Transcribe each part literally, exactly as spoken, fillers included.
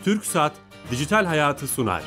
TürkSat Dijital Hayatı sunar.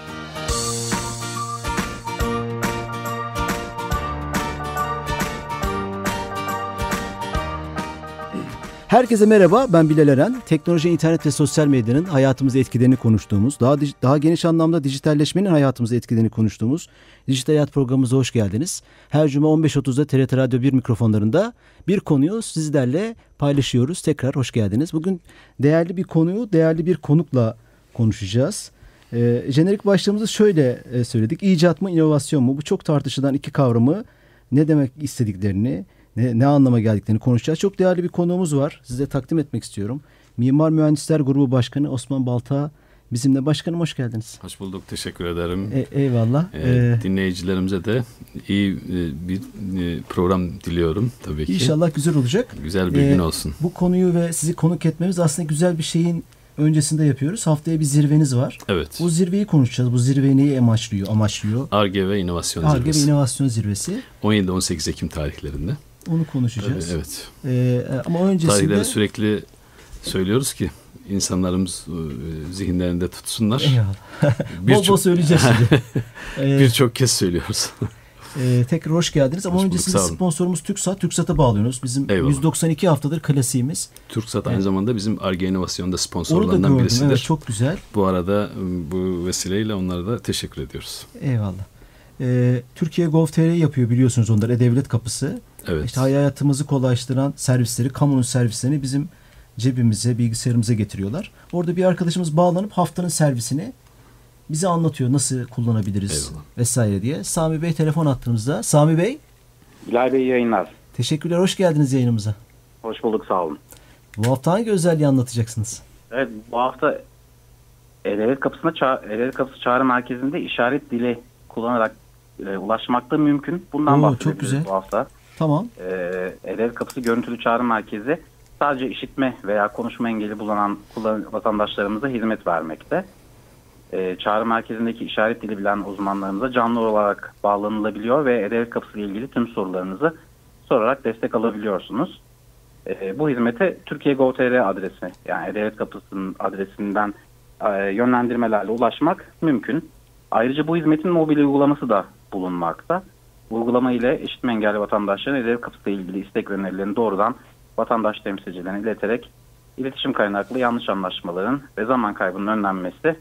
Herkese merhaba, ben Bilal Eren. Teknoloji, internet ve sosyal medyanın hayatımıza etkilerini konuştuğumuz, daha daha geniş anlamda dijitalleşmenin hayatımıza etkilerini konuştuğumuz Dijital Hayat programımıza hoş geldiniz. Her cuma on beş otuzda T R T Radyo bir mikrofonlarında bir konuyu sizlerle paylaşıyoruz. Tekrar hoş geldiniz. Bugün değerli bir konuyu, değerli bir konukla konuşacağız. Ee, jenerik başlığımızı şöyle e, söyledik. İcat mı, inovasyon mu? Bu çok tartışılan iki kavramı, ne demek istediklerini, Ne, ne anlama geldiklerini konuşacağız. Çok değerli bir konuğumuz var. Size takdim etmek istiyorum. Mimar Mühendisler Grubu Başkanı Osman Balta bizimle. Başkanım, hoş geldiniz. Hoş bulduk. Teşekkür ederim. E, eyvallah. Ee, ee, dinleyicilerimize de iyi e, bir e, program diliyorum tabii ki. İnşallah güzel olacak. Güzel bir ee, gün olsun. Bu konuyu ve sizi konuk etmemiz aslında güzel bir şeyin öncesinde yapıyoruz. Haftaya bir zirveniz var. Evet. Bu zirveyi konuşacağız. Bu zirve neyi amaçlıyor? Amaçlıyor. Ar-Ge ve İnovasyon Ar-Ge Zirvesi. Ar-Ge ve İnovasyon Zirvesi. on yedi on sekiz Ekim tarihlerinde. Onu konuşacağız. Tabii, evet. Ee, ama öncesinde... Tarihleri sürekli söylüyoruz ki insanlarımız zihinlerinde tutsunlar. Bir bol bol söyleyeceğiz şimdi. Birçok kez söylüyoruz. Ee, tekrar hoş geldiniz. Ama hoş öncesinde bulduk, sponsorumuz TürkSat. TürkSat'a bağlıyoruz. Bizim Eyvallah. yüz doksan iki haftadır klasiğimiz. TürkSat aynı evet. zamanda bizim Ar-Ge İnovasyon'da sponsorlarından birisidir. Evet, çok güzel. Bu arada bu vesileyle onlara da teşekkür ediyoruz. Eyvallah. Ee, Türkiye Gov.tr yapıyor, biliyorsunuz onlar. E-Devlet Kapısı. Evet. İşte hayatımızı kolaylaştıran servisleri, kamunun servislerini bizim cebimize, bilgisayarımıza getiriyorlar. Orada bir arkadaşımız bağlanıp haftanın servisini bize anlatıyor. Nasıl kullanabiliriz Eyvallah. vesaire diye. Sami Bey telefon attığımızda. Sami Bey. Bilal Bey, yayınlar. Teşekkürler. Hoş geldiniz yayınımıza. Hoş bulduk. Sağ olun. Bu hafta hangi özelliği anlatacaksınız? Evet, bu hafta E-Devlet Kapısı'na ça- E-Devlet Kapısı Çağrı Merkezi'nde işaret dili kullanarak e, ulaşmak da mümkün. Bundan bahsedebiliriz bu hafta. Tamam. Ee, E-Devlet Kapısı Görüntülü Çağrı Merkezi sadece işitme veya konuşma engeli bulunan kullan- vatandaşlarımıza hizmet vermekte. Ee, çağrı merkezindeki işaret dili bilen uzmanlarımıza canlı olarak bağlanılabiliyor ve E-Devlet Kapısı ile ilgili tüm sorularınızı sorarak destek alabiliyorsunuz. Ee, bu hizmete Türkiye Gov.tr adresi, yani E-Devlet Kapısı'nın adresinden e, yönlendirmelerle ulaşmak mümkün. Ayrıca bu hizmetin mobil uygulaması da bulunmakta. Uygulama ile işitme engelli vatandaşların E-Devlet Kapısı ile ilgili istek ve önerilerini doğrudan vatandaş temsilcilerine ileterek iletişim kaynaklı yanlış anlaşmaların ve zaman kaybının önlenmesi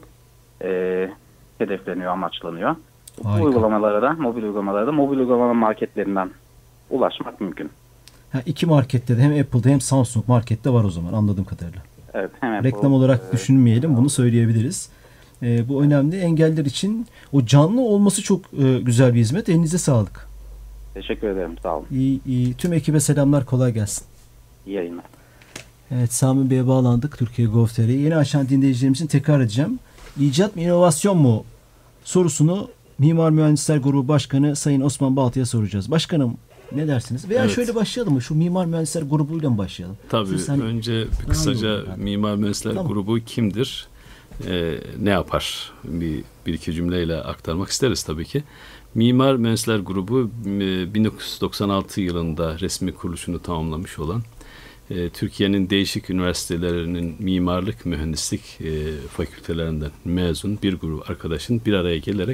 e, hedefleniyor, amaçlanıyor. Harika. Bu uygulamalara da, mobil uygulamalara da mobil uygulama marketlerinden ulaşmak mümkün. Ha, iki markette de, hem Apple'da hem Samsung markette var o zaman, anladığım kadarıyla. Evet. Hem Reklam Apple, olarak e, düşünmeyelim, bunu söyleyebiliriz. E, bu önemli. Engeller için o canlı olması çok e, güzel bir hizmet. Elinize sağlık. Teşekkür ederim. Sağ olun. İyi, iyi. Tüm ekibe selamlar. Kolay gelsin. İyi yayınlar. Evet, Sami Bey'e bağlandık. Türkiye Gov.tr'ye. Yeni açan dinleyicilerimizin tekrar edeceğim. İcat mı, inovasyon mu sorusunu Mimar Mühendisler Grubu Başkanı Sayın Osman Balta'ya soracağız. Başkanım, ne dersiniz? Veya evet. şöyle başlayalım mı? Şu Mimar Mühendisler Grubu'yla mı başlayalım? Tabii. Hani, önce kısaca yani. Mimar Mühendisler tamam. Grubu kimdir? Ee, ne yapar? Bir, bir iki cümleyle aktarmak isteriz tabii ki. Mimar Mühendisler Grubu bin dokuz yüz doksan altı yılında resmi kuruluşunu tamamlamış olan e, Türkiye'nin değişik üniversitelerinin mimarlık, mühendislik e, fakültelerinden mezun bir grup arkadaşın bir araya gelerek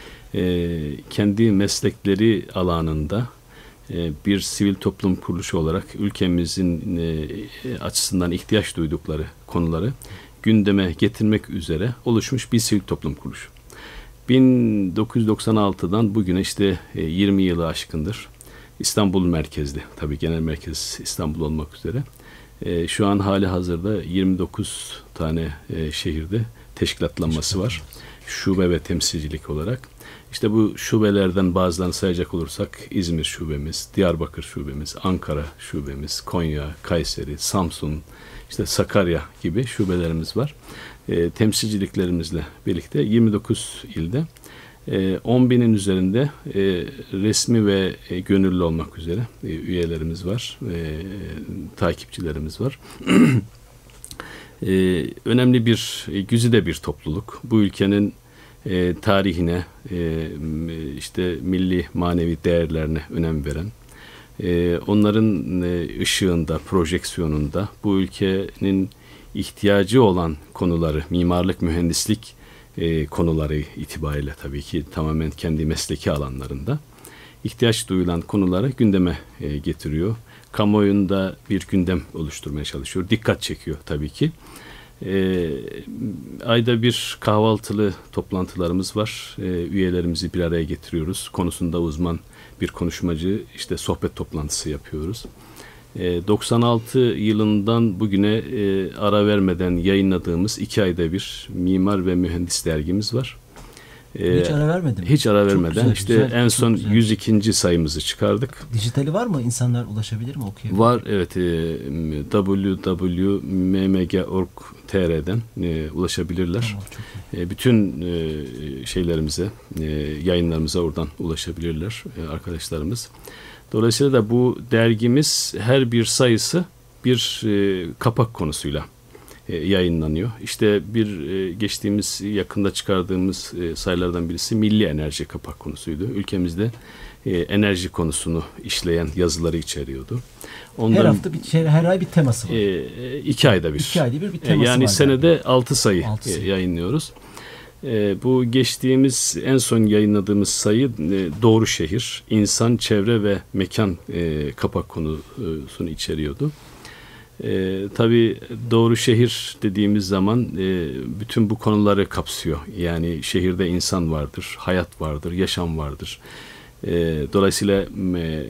e, kendi meslekleri alanında e, bir sivil toplum kuruluşu olarak ülkemizin e, açısından ihtiyaç duydukları konuları gündeme getirmek üzere oluşmuş bir sivil toplum kuruluşu. bin dokuz yüz doksan altıdan bugüne işte yirmi yılı aşkındır. İstanbul merkezli, tabii genel merkez İstanbul olmak üzere. Şu an hali hazırda yirmi dokuz tane şehirde teşkilatlanması var. Şube ve temsilcilik olarak. İşte bu şubelerden bazılarını sayacak olursak İzmir şubemiz, Diyarbakır şubemiz, Ankara şubemiz, Konya, Kayseri, Samsun, işte Sakarya gibi şubelerimiz var. E, temsilciliklerimizle birlikte yirmi dokuz ilde e, on binin üzerinde e, resmi ve e, gönüllü olmak üzere e, üyelerimiz var, e, takipçilerimiz var. e, önemli bir, e, güzide bir topluluk. Bu ülkenin e, tarihine, e, işte milli manevi değerlerine önem veren, e, onların e, ışığında, projeksiyonunda bu ülkenin ihtiyacı olan konuları, mimarlık, mühendislik e, konuları itibariyle tabii ki tamamen kendi mesleki alanlarında ihtiyaç duyulan konuları gündeme e, getiriyor. Kamuoyunda bir gündem oluşturmaya çalışıyor. Dikkat çekiyor tabii ki. E, ayda bir kahvaltılı toplantılarımız var. E, üyelerimizi bir araya getiriyoruz. Konusunda uzman bir konuşmacı, işte sohbet toplantısı yapıyoruz. E, doksan altı yılından bugüne e, ara vermeden yayınladığımız iki ayda bir mimar ve mühendis dergimiz var. E, hiç ara vermedim. Hiç ara vermeden güzel, işte güzel, en son güzel. yüz ikinci sayımızı çıkardık. Dijitali var mı? İnsanlar ulaşabilir mi, okuyabilir? Var, evet. E, double-u double-u double-u nokta m m g nokta org nokta t r'den e, ulaşabilirler. Tamam, çok iyi. E, bütün e, şeylerimize, e, yayınlarımıza oradan ulaşabilirler e, arkadaşlarımız. Dolayısıyla da bu dergimiz her bir sayısı bir e, kapak konusuyla e, yayınlanıyor. İşte bir e, geçtiğimiz yakında çıkardığımız e, sayılardan birisi milli enerji kapak konusuydu. Ülkemizde e, enerji konusunu işleyen yazıları içeriyordu. Ondan, her hafta bir şey, her ay bir teması var. E, iki ayda bir. İki ayda bir bir teması e, yani var. senede Yani. altı sayı, altı sayı e, yayınlıyoruz. E, bu geçtiğimiz en son yayınladığımız sayı e, Doğru Şehir, İnsan, Çevre ve Mekan e, kapak konusunu içeriyordu. E, tabii Doğru Şehir dediğimiz zaman e, bütün bu konuları kapsıyor. Yani şehirde insan vardır, hayat vardır, yaşam vardır. E, dolayısıyla me,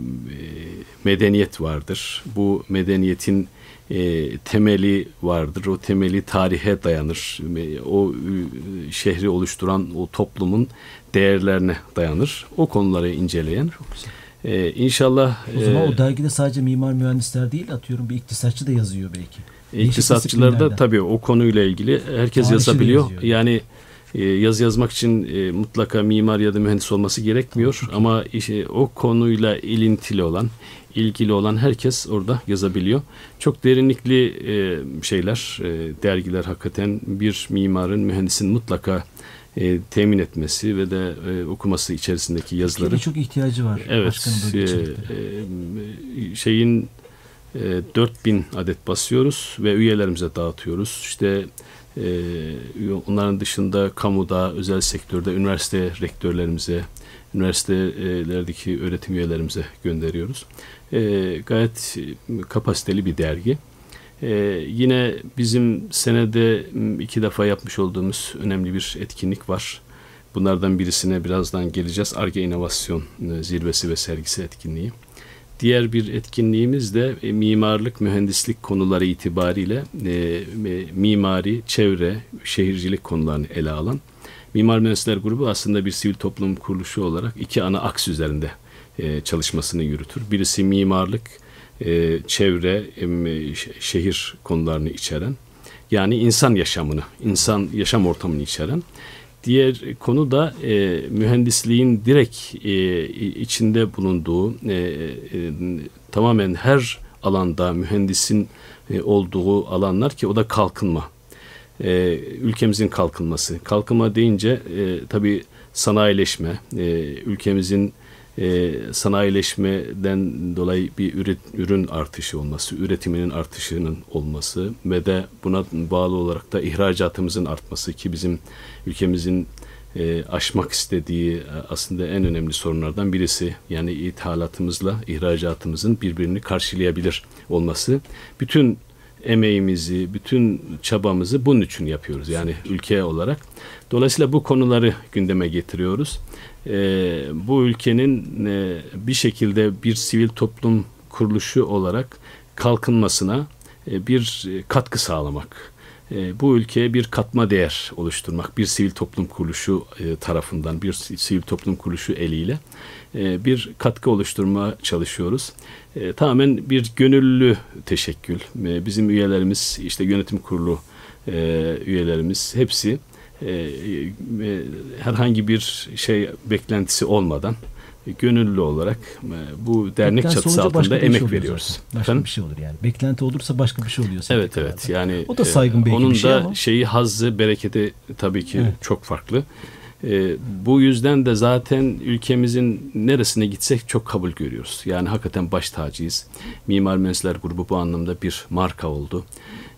medeniyet vardır. Bu medeniyetin E, temeli vardır. O temeli tarihe dayanır. E, o e, şehri oluşturan o toplumun değerlerine dayanır. O konuları inceleyen. Çok güzel. E, İnşallah. O zaman e, o dergide sadece mimar mühendisler değil, atıyorum bir iktisatçı da yazıyor belki. İktisatçılar da tabii o konuyla ilgili herkes Tarihçi yazabiliyor. yazıyor. Yani e, yazı yazmak için e, mutlaka mimar ya da mühendis olması gerekmiyor. Çok Ama işte, o konuyla ilintili olan, ilgili olan herkes orada yazabiliyor. Çok derinlikli e, şeyler, e, dergiler hakikaten bir mimarın, mühendisin mutlaka e, temin etmesi ve de e, okuması içerisindeki yazıları. Türkiye'de çok ihtiyacı var. Evet, e, e, şeyin e, dört bin adet basıyoruz ve üyelerimize dağıtıyoruz. İşte e, onların dışında kamuda, özel sektörde, üniversite rektörlerimize, üniversitelerdeki öğretim üyelerimize gönderiyoruz. E, gayet kapasiteli bir dergi. E, yine bizim senede iki defa yapmış olduğumuz önemli bir etkinlik var. Bunlardan birisine birazdan geleceğiz. Ar-Ge İnovasyon Zirvesi ve Sergisi etkinliği. Diğer bir etkinliğimiz de e, mimarlık, mühendislik konuları itibariyle e, mimari, çevre, şehircilik konularını ele alan Mimar Mühendisler Grubu aslında bir sivil toplum kuruluşu olarak iki ana aks üzerinde e, çalışmasını yürütür. Birisi mimarlık, e, çevre, e, şehir konularını içeren, yani insan yaşamını, insan yaşam ortamını içeren. Diğer konu da e, mühendisliğin direkt e, içinde bulunduğu, e, e, tamamen her alanda mühendisin e, olduğu alanlar ki o da kalkınma. E, ülkemizin kalkınması. Kalkınma deyince e, tabii sanayileşme, e, ülkemizin e, sanayileşmeden dolayı bir üret, ürün artışı olması, üretiminin artışının olması ve de buna bağlı olarak da ihracatımızın artması ki bizim ülkemizin e, aşmak istediği aslında en önemli sorunlardan birisi. Yani ithalatımızla ihracatımızın birbirini karşılayabilir olması. Bütün emeğimizi, bütün çabamızı bunun için yapıyoruz. Yani ülke olarak. Dolayısıyla bu konuları gündeme getiriyoruz. Ee, bu ülkenin e, bir şekilde bir sivil toplum kuruluşu olarak kalkınmasına e, bir katkı sağlamak. E, bu ülkeye bir katma değer oluşturmak. Bir sivil toplum kuruluşu e, tarafından, bir sivil toplum kuruluşu eliyle e, bir katkı oluşturmaya çalışıyoruz. E, tamamen bir gönüllü teşekkül. E, bizim üyelerimiz, işte yönetim kurulu e, üyelerimiz hepsi e, e, herhangi bir şey beklentisi olmadan e, gönüllü olarak e, bu dernek Beklenti çatısı olunca altında başka bir şey emek oluyor veriyoruz. zaten. Başka Efendim? bir şey olur yani. Beklenti olursa başka bir şey oluyor. Evet evet. Yani o da saygın belki onun bir şey da ama. şeyi, hazzı, bereketi tabii ki Evet. çok farklı. E, bu yüzden de zaten ülkemizin neresine gitsek çok kabul görüyoruz. Yani hakikaten baş tacıyız. Mimar Mühendisler Grubu bu anlamda bir marka oldu.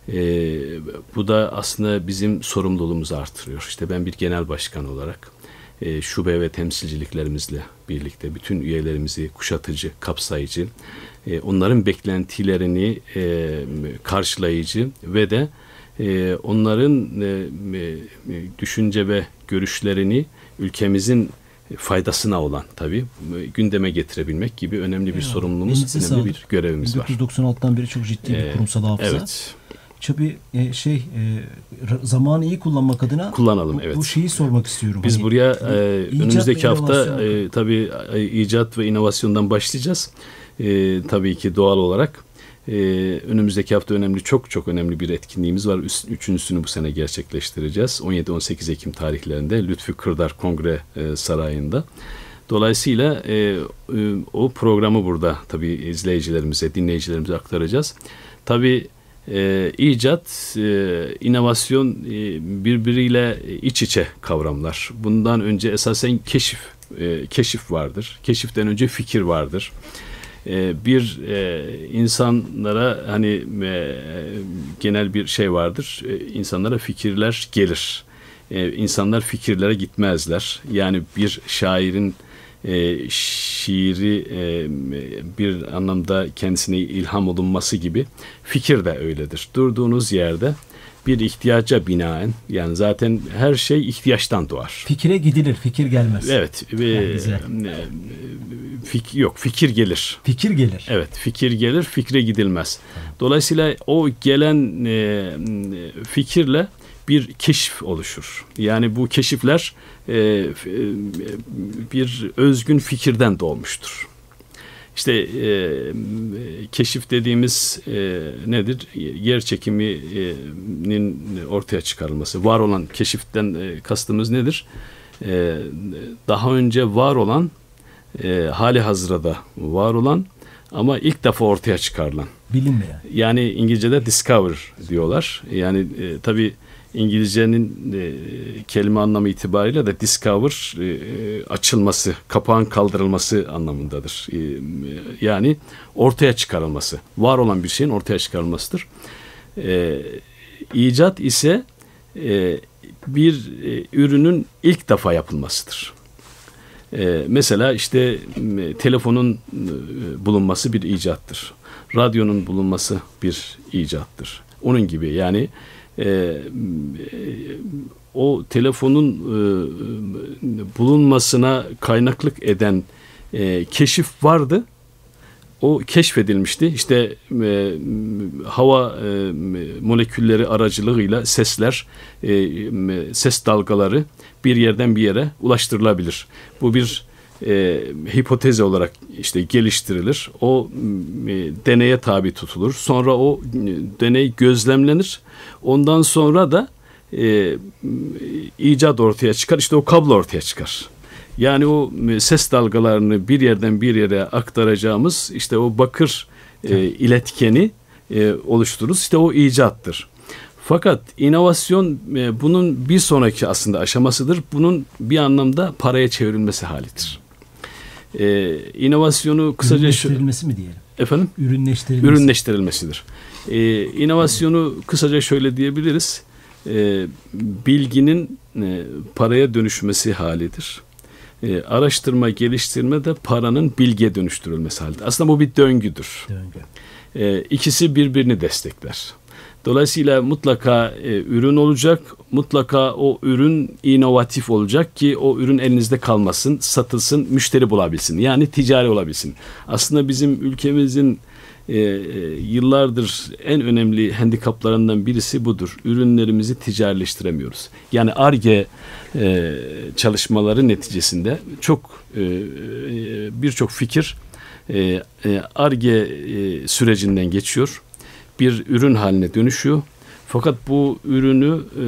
E, bu da aslında bizim sorumluluğumuzu artırıyor. İşte ben bir genel başkan olarak e, şube ve temsilciliklerimizle birlikte bütün üyelerimizi kuşatıcı, kapsayıcı, e, onların beklentilerini e, karşılayıcı ve de e, onların e, e, düşünce ve görüşlerini ülkemizin faydasına olan tabii gündeme getirebilmek gibi önemli bir evet, sorumluluğumuz, önemli sağlık. bir görevimiz bin dokuz yüz doksan altıdan var. beri çok ciddi bir kurumsal hafıza. Evet. Tabii e, şey e, zamanı iyi kullanmak adına kullanalım. Bu, evet. bu şeyi sormak istiyorum. Biz hani, buraya e, önümüzdeki hafta e, tabii e, icat ve inovasyondan başlayacağız. E, tabii ki doğal olarak. E, önümüzdeki hafta önemli, çok çok önemli bir etkinliğimiz var. Üç, üçüncüsünü bu sene gerçekleştireceğiz. on yedi on sekiz Ekim tarihlerinde Lütfü Kırdar Kongre e, Sarayı'nda. Dolayısıyla e, e, o programı burada tabii izleyicilerimize, dinleyicilerimize aktaracağız. Tabii e, icat, e, inovasyon e, birbiriyle iç içe kavramlar. Bundan önce esasen keşif, e, keşif vardır. Keşiften önce fikir vardır. Bir e, insanlara hani e, genel bir şey vardır. E, insanlara fikirler gelir. E, insanlar fikirlere gitmezler. Yani bir şairin e, şiiri e, bir anlamda kendisine ilham olunması gibi fikir de öyledir. Durduğunuz yerde bir ihtiyaca binaen, yani zaten her şey ihtiyaçtan doğar. Fikire gidilir, fikir gelmez. Evet. E, fik, yok, fikir gelir. Fikir gelir. Evet, fikir gelir, fikre gidilmez. Dolayısıyla o gelen e, fikirle bir keşif oluşur. Yani bu keşifler e, bir özgün fikirden doğmuştur. İşte e, keşif dediğimiz e, nedir? Yer çekiminin ortaya çıkarılması. Var olan keşiften e, kastımız nedir? E, daha önce var olan, e, hali hazırda var olan ama ilk defa ortaya çıkarılan. Bilinmeyen. Yani İngilizce'de discover diyorlar. Yani e, tabii İngilizcenin e, kelime anlamı itibariyle de discover e, açılması, kapağın kaldırılması anlamındadır. E, yani ortaya çıkarılması, var olan bir şeyin ortaya çıkarılmasıdır. E, icat ise e, bir e, ürünün ilk defa yapılmasıdır. E, mesela işte e, telefonun e, bulunması bir icattır. Radyonun bulunması bir icattır. Onun gibi yani Ee, o telefonun e, bulunmasına kaynaklık eden e, keşif vardı. O keşfedilmişti. İşte e, hava e, molekülleri aracılığıyla sesler, e, ses dalgaları bir yerden bir yere ulaştırılabilir. Bu bir e, hipotezi olarak işte geliştirilir. O e, deneye tabi tutulur. Sonra o e, deney gözlemlenir. Ondan sonra da e, icat ortaya çıkar. İşte o kablo ortaya çıkar. Yani o ses dalgalarını bir yerden bir yere aktaracağımız işte o bakır e, iletkeni e, oluştururuz. İşte o icattır. Fakat inovasyon e, bunun bir sonraki aslında aşamasıdır. Bunun bir anlamda paraya çevrilmesi halidir. E, inovasyonu kısaca... Ürünleştirilmesi mi diyelim? Efendim? Ürünleştirilmesi. Ürünleştirilmesidir. E, inovasyonu kısaca şöyle diyebiliriz. E, bilginin e, paraya dönüşmesi halidir. E, araştırma, geliştirme de paranın bilgiye dönüştürülmesi halidir. Aslında bu bir döngüdür. Döngü. E, ikisi birbirini destekler. Dolayısıyla mutlaka e, ürün olacak, mutlaka o ürün inovatif olacak ki o ürün elinizde kalmasın, satılsın, müşteri bulabilsin. Yani ticari olabilsin. Aslında bizim ülkemizin e, yıllardır en önemli handikaplarından birisi budur. Ürünlerimizi ticarileştiremiyoruz. Yani Ar-Ge e, çalışmaları neticesinde çok e, birçok fikir e, Ar-Ge e, sürecinden geçiyor. Bir ürün haline dönüşüyor. Fakat bu ürünü e,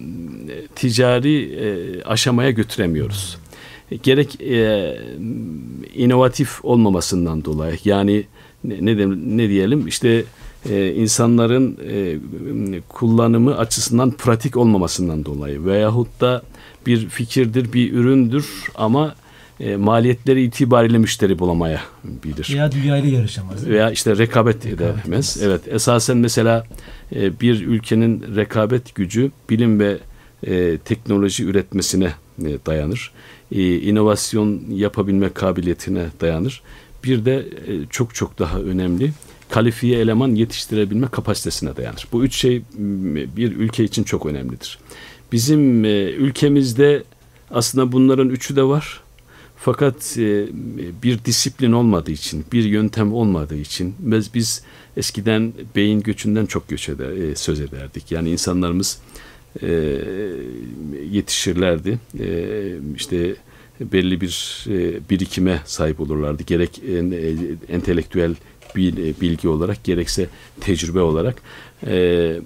ticari e, aşamaya götüremiyoruz. Gerek e, inovatif olmamasından dolayı, yani ne, ne, ne diyelim işte e, insanların e, kullanımı açısından pratik olmamasından dolayı veyahut da bir fikirdir, bir üründür ama e, maliyetleri itibariyle müşteri bulamaya bilir. Veya dünyayla yarışamaz. Veya işte rekabet, rekabet edemez. Evet, esasen mesela e, bir ülkenin rekabet gücü bilim ve e, teknoloji üretmesine e, dayanır. E, inovasyon yapabilme kabiliyetine dayanır. Bir de e, çok çok daha önemli, kalifiye eleman yetiştirebilme kapasitesine dayanır. Bu üç şey bir ülke için çok önemlidir. Bizim e, ülkemizde aslında bunların üçü de var. Fakat e, bir disiplin olmadığı için, bir yöntem olmadığı için biz, biz eskiden beyin göçünden çok göç eder, e, söz ederdik. Yani insanlarımız e, yetişirlerdi. E, işte belli bir e, birikime sahip olurlardı. Gerek e, entelektüel bilgi olarak, gerekse tecrübe olarak e,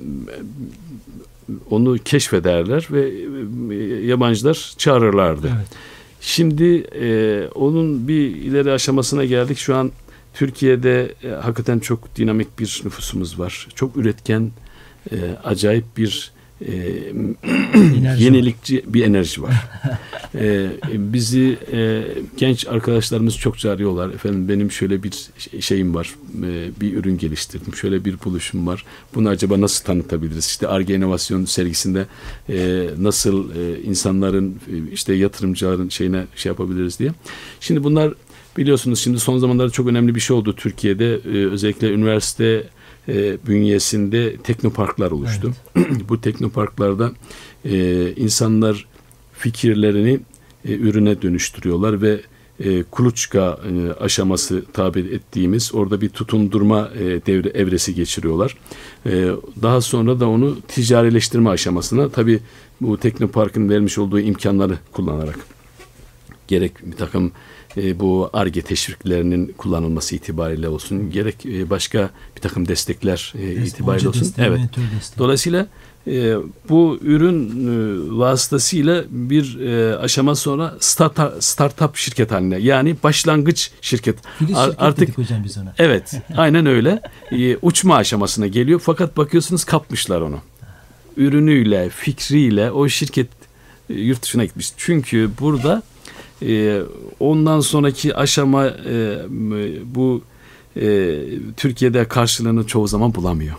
onu keşfederler ve yabancılar çağırırlardı. Evet. Şimdi e, onun bir ileri aşamasına geldik. Şu an Türkiye'de e, hakikaten çok dinamik bir nüfusumuz var. Çok üretken, e, acayip bir e, yenilikçi var. Bir enerji var. e, bizi e, genç arkadaşlarımız çok çağırıyorlar. Efendim benim şöyle bir şeyim var, e, bir ürün geliştirdim, şöyle bir buluşum var. Bunu acaba nasıl tanıtabiliriz? İşte Ar-Ge İnovasyon sergisinde e, nasıl e, insanların, e, işte yatırımcıların şeyine şey yapabiliriz diye. Şimdi bunlar biliyorsunuz şimdi son zamanlarda çok önemli bir şey oldu Türkiye'de. E, özellikle üniversite E, bünyesinde teknoparklar oluştu. Evet. Bu teknoparklarda e, insanlar fikirlerini e, ürüne dönüştürüyorlar ve e, kuluçka e, aşaması tabir ettiğimiz orada bir tutundurma e, devre evresi geçiriyorlar. E, daha sonra da onu ticarileştirme aşamasına, tabii bu teknoparkın vermiş olduğu imkanları kullanarak, gerek bir takım e, bu Ar-Ge teşviklerinin kullanılması itibariyle olsun, gerek e, başka bir takım destekler e, Des, itibariyle olsun. Desteği, evet. Dolayısıyla e, bu ürün e, vasıtasıyla bir e, aşama sonra start startup şirket haline, yani başlangıç şirket. Filiz Ar- şirket artık dedik hocam biz ona. Evet, aynen öyle. E, uçma aşamasına geliyor. Fakat bakıyorsunuz kapmışlar onu. Ürünüyle, fikriyle o şirket e, yurt dışına gitmiş. Çünkü burada Ee, ondan sonraki aşama e, bu e, Türkiye'de karşılığını çoğu zaman bulamıyor.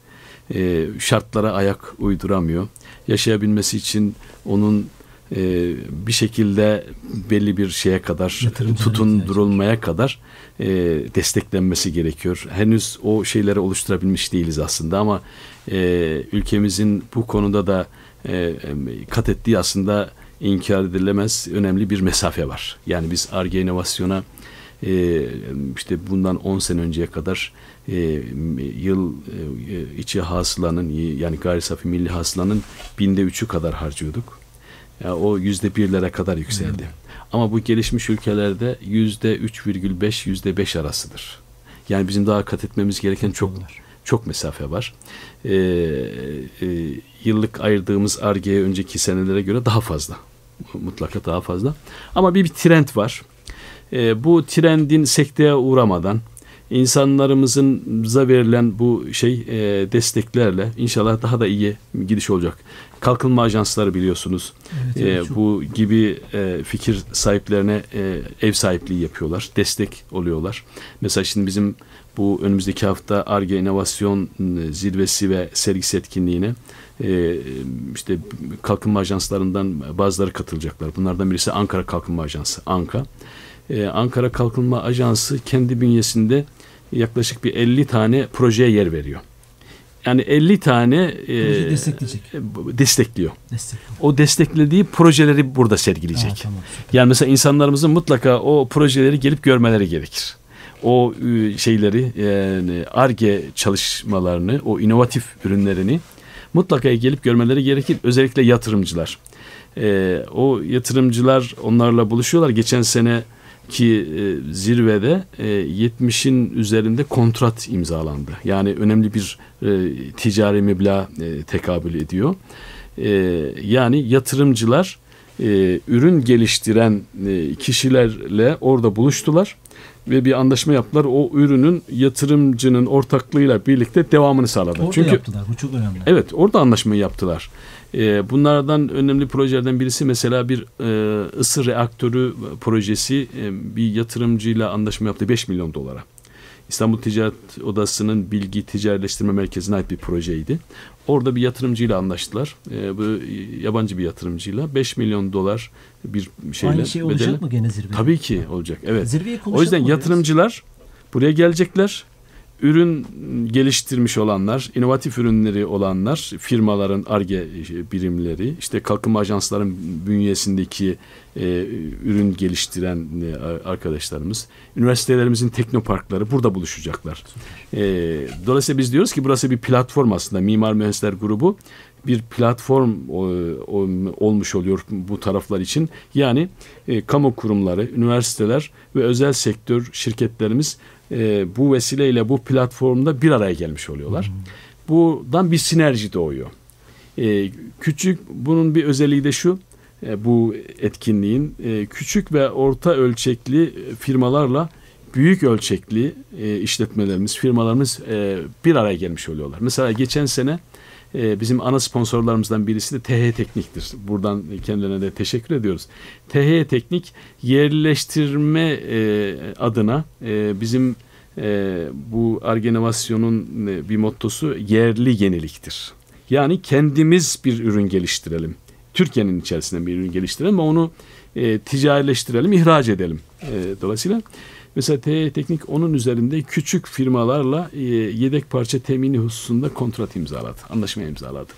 E, şartlara ayak uyduramıyor. Yaşayabilmesi için onun e, bir şekilde belli bir şeye kadar, tutundurulmaya kadar e, desteklenmesi gerekiyor. Henüz o şeyleri oluşturabilmiş değiliz aslında, ama e, ülkemizin bu konuda da e, kat ettiği aslında inkar edilemez önemli bir mesafe var. Yani biz Ar-Ge inovasyona e, işte bundan on sene önceye kadar e, yıl e, içi hasılanın, yani gayri safi milli hasılanın binde üçü kadar harcıyorduk. Yani o yüzde birlere kadar yükseldi. Hmm. Ama bu gelişmiş ülkelerde yüzde üç virgül beş, yüzde beş arasıdır. Yani bizim daha kat etmemiz gereken çok çok mesafe var. E, e, yıllık ayırdığımız Ar-Ge'ye önceki senelere göre daha fazla. Mutlaka daha fazla. Ama bir, bir trend var. E, bu trendin sekteye uğramadan insanlarımıza verilen bu şey e, desteklerle inşallah daha da iyi gidiş olacak. Kalkınma ajansları biliyorsunuz. Evet, evet, e, bu gibi e, fikir sahiplerine e, ev sahipliği yapıyorlar. Destek oluyorlar. Mesela şimdi bizim bu önümüzdeki hafta Ar-Ge İnovasyon Zirvesi ve sergisi etkinliğine e, işte kalkınma ajanslarından bazıları katılacaklar. Bunlardan birisi Ankara Kalkınma Ajansı, ANKA. Ee, Ankara Kalkınma Ajansı kendi bünyesinde yaklaşık bir elli tane projeye yer veriyor. Yani elli tane e, destekliyor. Destekliyor. O desteklediği projeleri burada sergileyecek. Ha, tamam, yani mesela insanlarımızın mutlaka o projeleri gelip görmeleri gerekir. O şeyleri, yani Ar-Ge çalışmalarını, o inovatif ürünlerini mutlaka gelip görmeleri gerekir. Özellikle yatırımcılar. Ee, o yatırımcılar onlarla buluşuyorlar. Geçen sene ki e, zirvede e, yetmişin üzerinde kontrat imzalandı. Yani önemli bir e, ticari meblağ e, tekabül ediyor. E, yani yatırımcılar e, ürün geliştiren e, kişilerle orada buluştular ve bir anlaşma yaptılar. O ürünün yatırımcının ortaklığıyla birlikte devamını sağladılar. Orada Çünkü yaptılar. Bu çok önemli. Evet, orada anlaşmayı yaptılar. E, bunlardan önemli projelerden birisi mesela bir e, ısı reaktörü projesi e, bir yatırımcıyla anlaşma yaptı beş milyon dolara. İstanbul Ticaret Odası'nın Bilgi Ticaretleştirme Merkezi'ne ait bir projeydi. Orada bir yatırımcıyla anlaştılar. E, bu yabancı bir yatırımcıyla beş milyon dolar bir şeyle. Aynı şey olacak bedeli. mı gene zirvede? Tabii ki olacak. Evet. Zirveyi O yüzden konuşalım yatırımcılar buraya gelecekler. Ürün geliştirmiş olanlar, inovatif ürünleri olanlar, firmaların Ar-Ge birimleri, işte kalkınma ajansların bünyesindeki e, ürün geliştiren e, arkadaşlarımız, üniversitelerimizin teknoparkları burada buluşacaklar. E, dolayısıyla biz diyoruz ki burası bir platform aslında. Mimar Mühendisler Grubu bir platform o, o, olmuş oluyor bu taraflar için. Yani e, kamu kurumları, üniversiteler ve özel sektör şirketlerimiz e, bu vesileyle bu platformda bir araya gelmiş oluyorlar. Hmm. Buradan bir sinerji doğuyor. E, küçük, bunun bir özelliği de şu, e, bu etkinliğin e, küçük ve orta ölçekli firmalarla büyük ölçekli e, işletmelerimiz, firmalarımız e, bir araya gelmiş oluyorlar. Mesela geçen sene e, bizim ana sponsorlarımızdan birisi de T H Teknik'tir. Buradan kendilerine de teşekkür ediyoruz. T H Teknik yerleştirme e, adına e, bizim e, bu Ar-Ge inovasyonun e, bir mottosu yerli yeniliktir. Yani kendimiz bir ürün geliştirelim. Türkiye'nin içerisinde bir ürün geliştirelim ve onu e, ticarileştirelim, ihraç edelim. E, dolayısıyla mesela T H Teknik onun üzerinde küçük firmalarla e, yedek parça temini hususunda kontrat imzaladı, anlaşma imzaladı.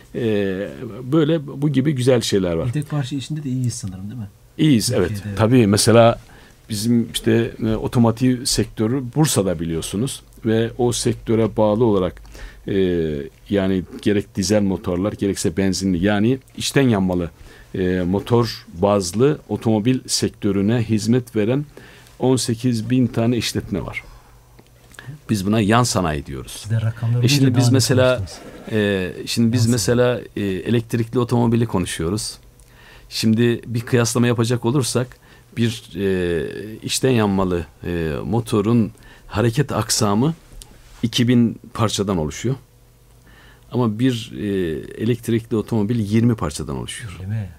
E, böyle bu gibi güzel şeyler var. Yedek parça işinde de iyiyiz sanırım, değil mi? İyiyiz, Türkiye'de, evet. evet. Tabii mesela bizim işte e, otomotiv sektörü Bursa'da biliyorsunuz ve o sektöre bağlı olarak e, yani gerek dizel motorlar gerekse benzinli yani içten yanmalı e, motor bazlı otomobil sektörüne hizmet veren on sekiz bin tane işletme var. Biz buna yan sanayi diyoruz. E şimdi biz mesela e, şimdi biz yan mesela e, elektrikli otomobili konuşuyoruz. Şimdi bir kıyaslama yapacak olursak bir e, içten yanmalı e, motorun hareket aksamı iki bin parçadan oluşuyor. Ama bir e, elektrikli otomobil yirmi parçadan oluşuyor. Değil mi?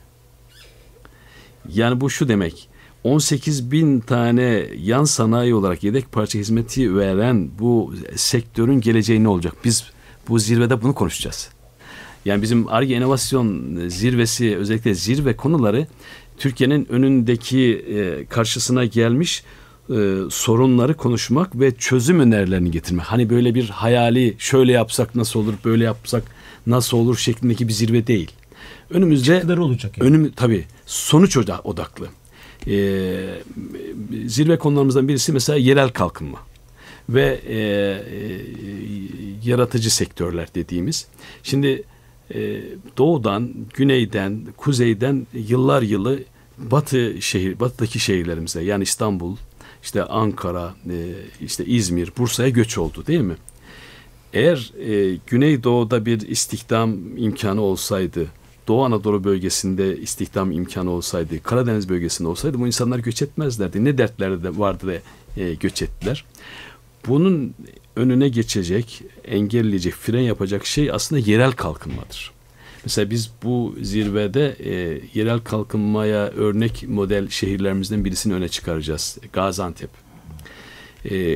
Yani bu şu demek. on sekiz bin tane yan sanayi olarak yedek parça hizmeti veren bu sektörün geleceği ne olacak? Biz bu zirvede bunu konuşacağız. Yani bizim Ar-Ge inovasyon zirvesi, özellikle zirve konuları Türkiye'nin önündeki e, karşısına gelmiş e, sorunları konuşmak ve çözüm önerilerini getirmek. Hani böyle bir hayali şöyle yapsak nasıl olur, böyle yapsak nasıl olur şeklindeki bir zirve değil. Önümüzde çıktıları olacak. Yani. Önüm tabii sonuç odaklı. Ee, zirve konularımızdan birisi mesela yerel kalkınma ve e, e, yaratıcı sektörler dediğimiz. Şimdi e, doğudan, güneyden, kuzeyden yıllar yılı batı şehir, batıdaki şehirlerimize yani İstanbul, işte Ankara, e, işte İzmir, Bursa'ya göç oldu değil mi? Eğer e, Güneydoğu'da bir istihdam imkanı olsaydı, Doğu Anadolu bölgesinde istihdam imkanı olsaydı, Karadeniz bölgesinde olsaydı bu insanlar göç etmezlerdi. Ne dertleri de vardı da e, göç ettiler. Bunun önüne geçecek, engelleyecek, fren yapacak şey aslında yerel kalkınmadır. Mesela biz bu zirvede e, yerel kalkınmaya örnek model şehirlerimizden birisini öne çıkaracağız. Gaziantep. E,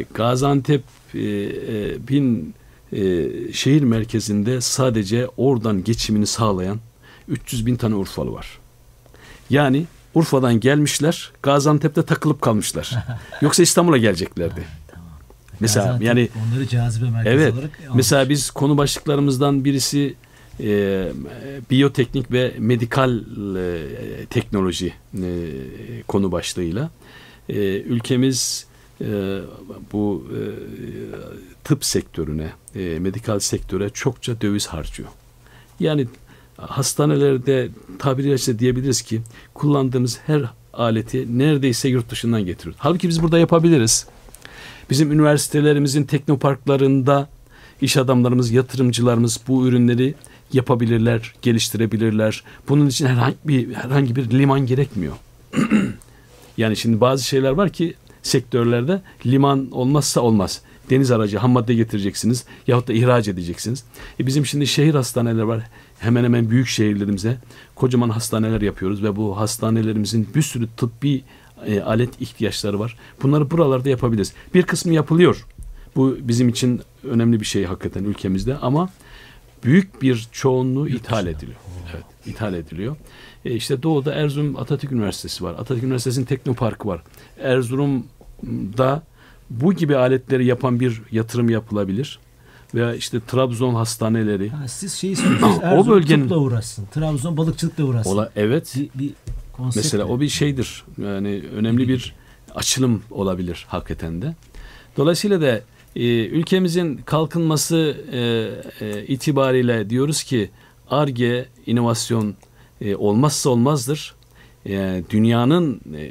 Gaziantep'in e, e, şehir merkezinde sadece oradan geçimini sağlayan üç yüz bin tane Urfalı var. Yani Urfa'dan gelmişler, Gaziantep'te takılıp kalmışlar. Yoksa İstanbul'a geleceklerdi. Ha, tamam. Mesela Gaziantep, yani onları cazibe merkezi evet, olarak almış. Mesela biz konu başlıklarımızdan birisi e, biyoteknik ve medikal e, teknoloji e, konu başlığıyla e, ülkemiz e, bu e, tıp sektörüne, e, medikal sektöre çokça döviz harcıyor. Yani hastanelerde tabiri caizse diyebiliriz ki kullandığımız her aleti neredeyse yurt dışından getiriyoruz. Halbuki biz burada yapabiliriz. Bizim üniversitelerimizin teknoparklarında iş adamlarımız, yatırımcılarımız bu ürünleri yapabilirler, geliştirebilirler. Bunun için herhangi bir herhangi bir liman gerekmiyor. Yani şimdi bazı şeyler var ki sektörlerde liman olmazsa olmaz. deniz aracı ham madde getireceksiniz yahut da ihraç edeceksiniz. E bizim şimdi şehir hastaneleri var. Hemen hemen büyük şehirlerimize kocaman hastaneler yapıyoruz ve bu hastanelerimizin bir sürü tıbbi e, alet ihtiyaçları var. Bunları buralarda yapabiliriz. Bir kısmı yapılıyor. Bu bizim için önemli bir şey hakikaten ülkemizde ama büyük bir çoğunluğu ithal ediliyor. Evet, ithal ediliyor. E işte doğuda Erzurum Atatürk Üniversitesi var. Atatürk Üniversitesi'nin Teknoparkı var. Erzurum'da bu gibi aletleri yapan bir yatırım yapılabilir. Veya işte Trabzon hastaneleri. Ha, siz şey istiyorsunuz. Erzurum o bölgenin tıpla uğraşsın. Trabzon balıkçılıkla uğraşsın. Ola, evet. Bir, bir Mesela mi? o bir şeydir. Yani önemli bir açılım olabilir hakikaten de. Dolayısıyla da e, ülkemizin kalkınması e, e, itibariyle diyoruz ki Ar-Ge, inovasyon e, olmazsa olmazdır. E, dünyanın e,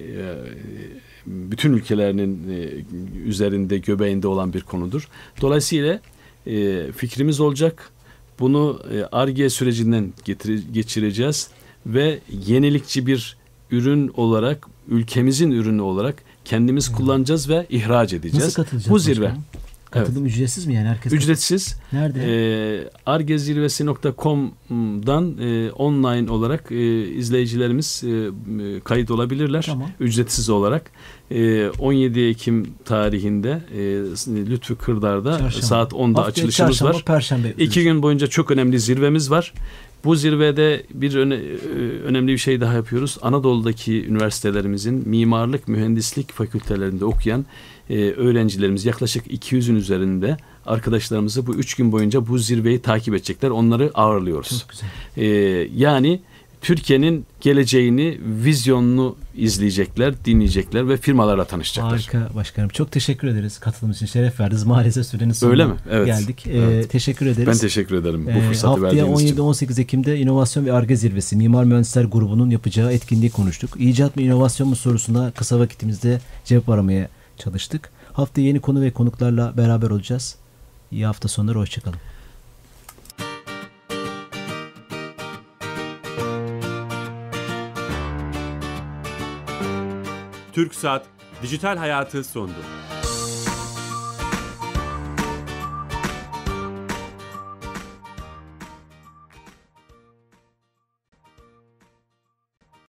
bütün ülkelerinin e, üzerinde, göbeğinde olan bir konudur. Dolayısıyla e, fikrimiz olacak. Bunu e, Ar-Ge sürecinden getir, geçireceğiz ve yenilikçi bir ürün olarak, ülkemizin ürünü olarak kendimiz hmm. kullanacağız ve ihraç edeceğiz. Nasıl katılacağız? Bu zirve. Başkanım? Katılım evet. ücretsiz mi yani? Herkes ücretsiz. Nerede? E, argezirvesi nokta com'dan e, online olarak e, izleyicilerimiz e, kayıt olabilirler. Tamam. Ücretsiz olarak. E, on yedi Ekim tarihinde e, Lütfü Kırdar'da çarşamba. Saat onda haftaya açılışımız çarşamba, var. Perşembe. İki gün boyunca çok önemli zirvemiz var. Bu zirvede bir öne, önemli bir şey daha yapıyoruz. Anadolu'daki üniversitelerimizin mimarlık, mühendislik fakültelerinde okuyan e, öğrencilerimiz yaklaşık iki yüzün üzerinde arkadaşlarımızı bu üç gün boyunca bu zirveyi takip edecekler. Onları ağırlıyoruz. Çok güzel. E, yani Türkiye'nin geleceğini, vizyonunu izleyecekler, dinleyecekler ve firmalarla tanışacaklar. Harika başkanım. Çok teşekkür ederiz katılım için. Şeref verdiniz. Maalesef sürenin sonuna Öyle mi? Evet. geldik. Evet. Ee, teşekkür ederiz. Ben teşekkür ederim bu fırsatı ee, verdiğiniz için. Haftaya on yedi on sekiz Ekim'de İnovasyon ve Ar-Ge Zirvesi Mimar Mühendisler Grubu'nun yapacağı etkinliği konuştuk. İcat mı inovasyon mu sorusuna kısa vakitimizde cevap aramaya çalıştık. Haftaya yeni konu ve konuklarla beraber olacağız. İyi hafta sonları. Hoşçakalın. TürkSat Dijital Hayatı sondu.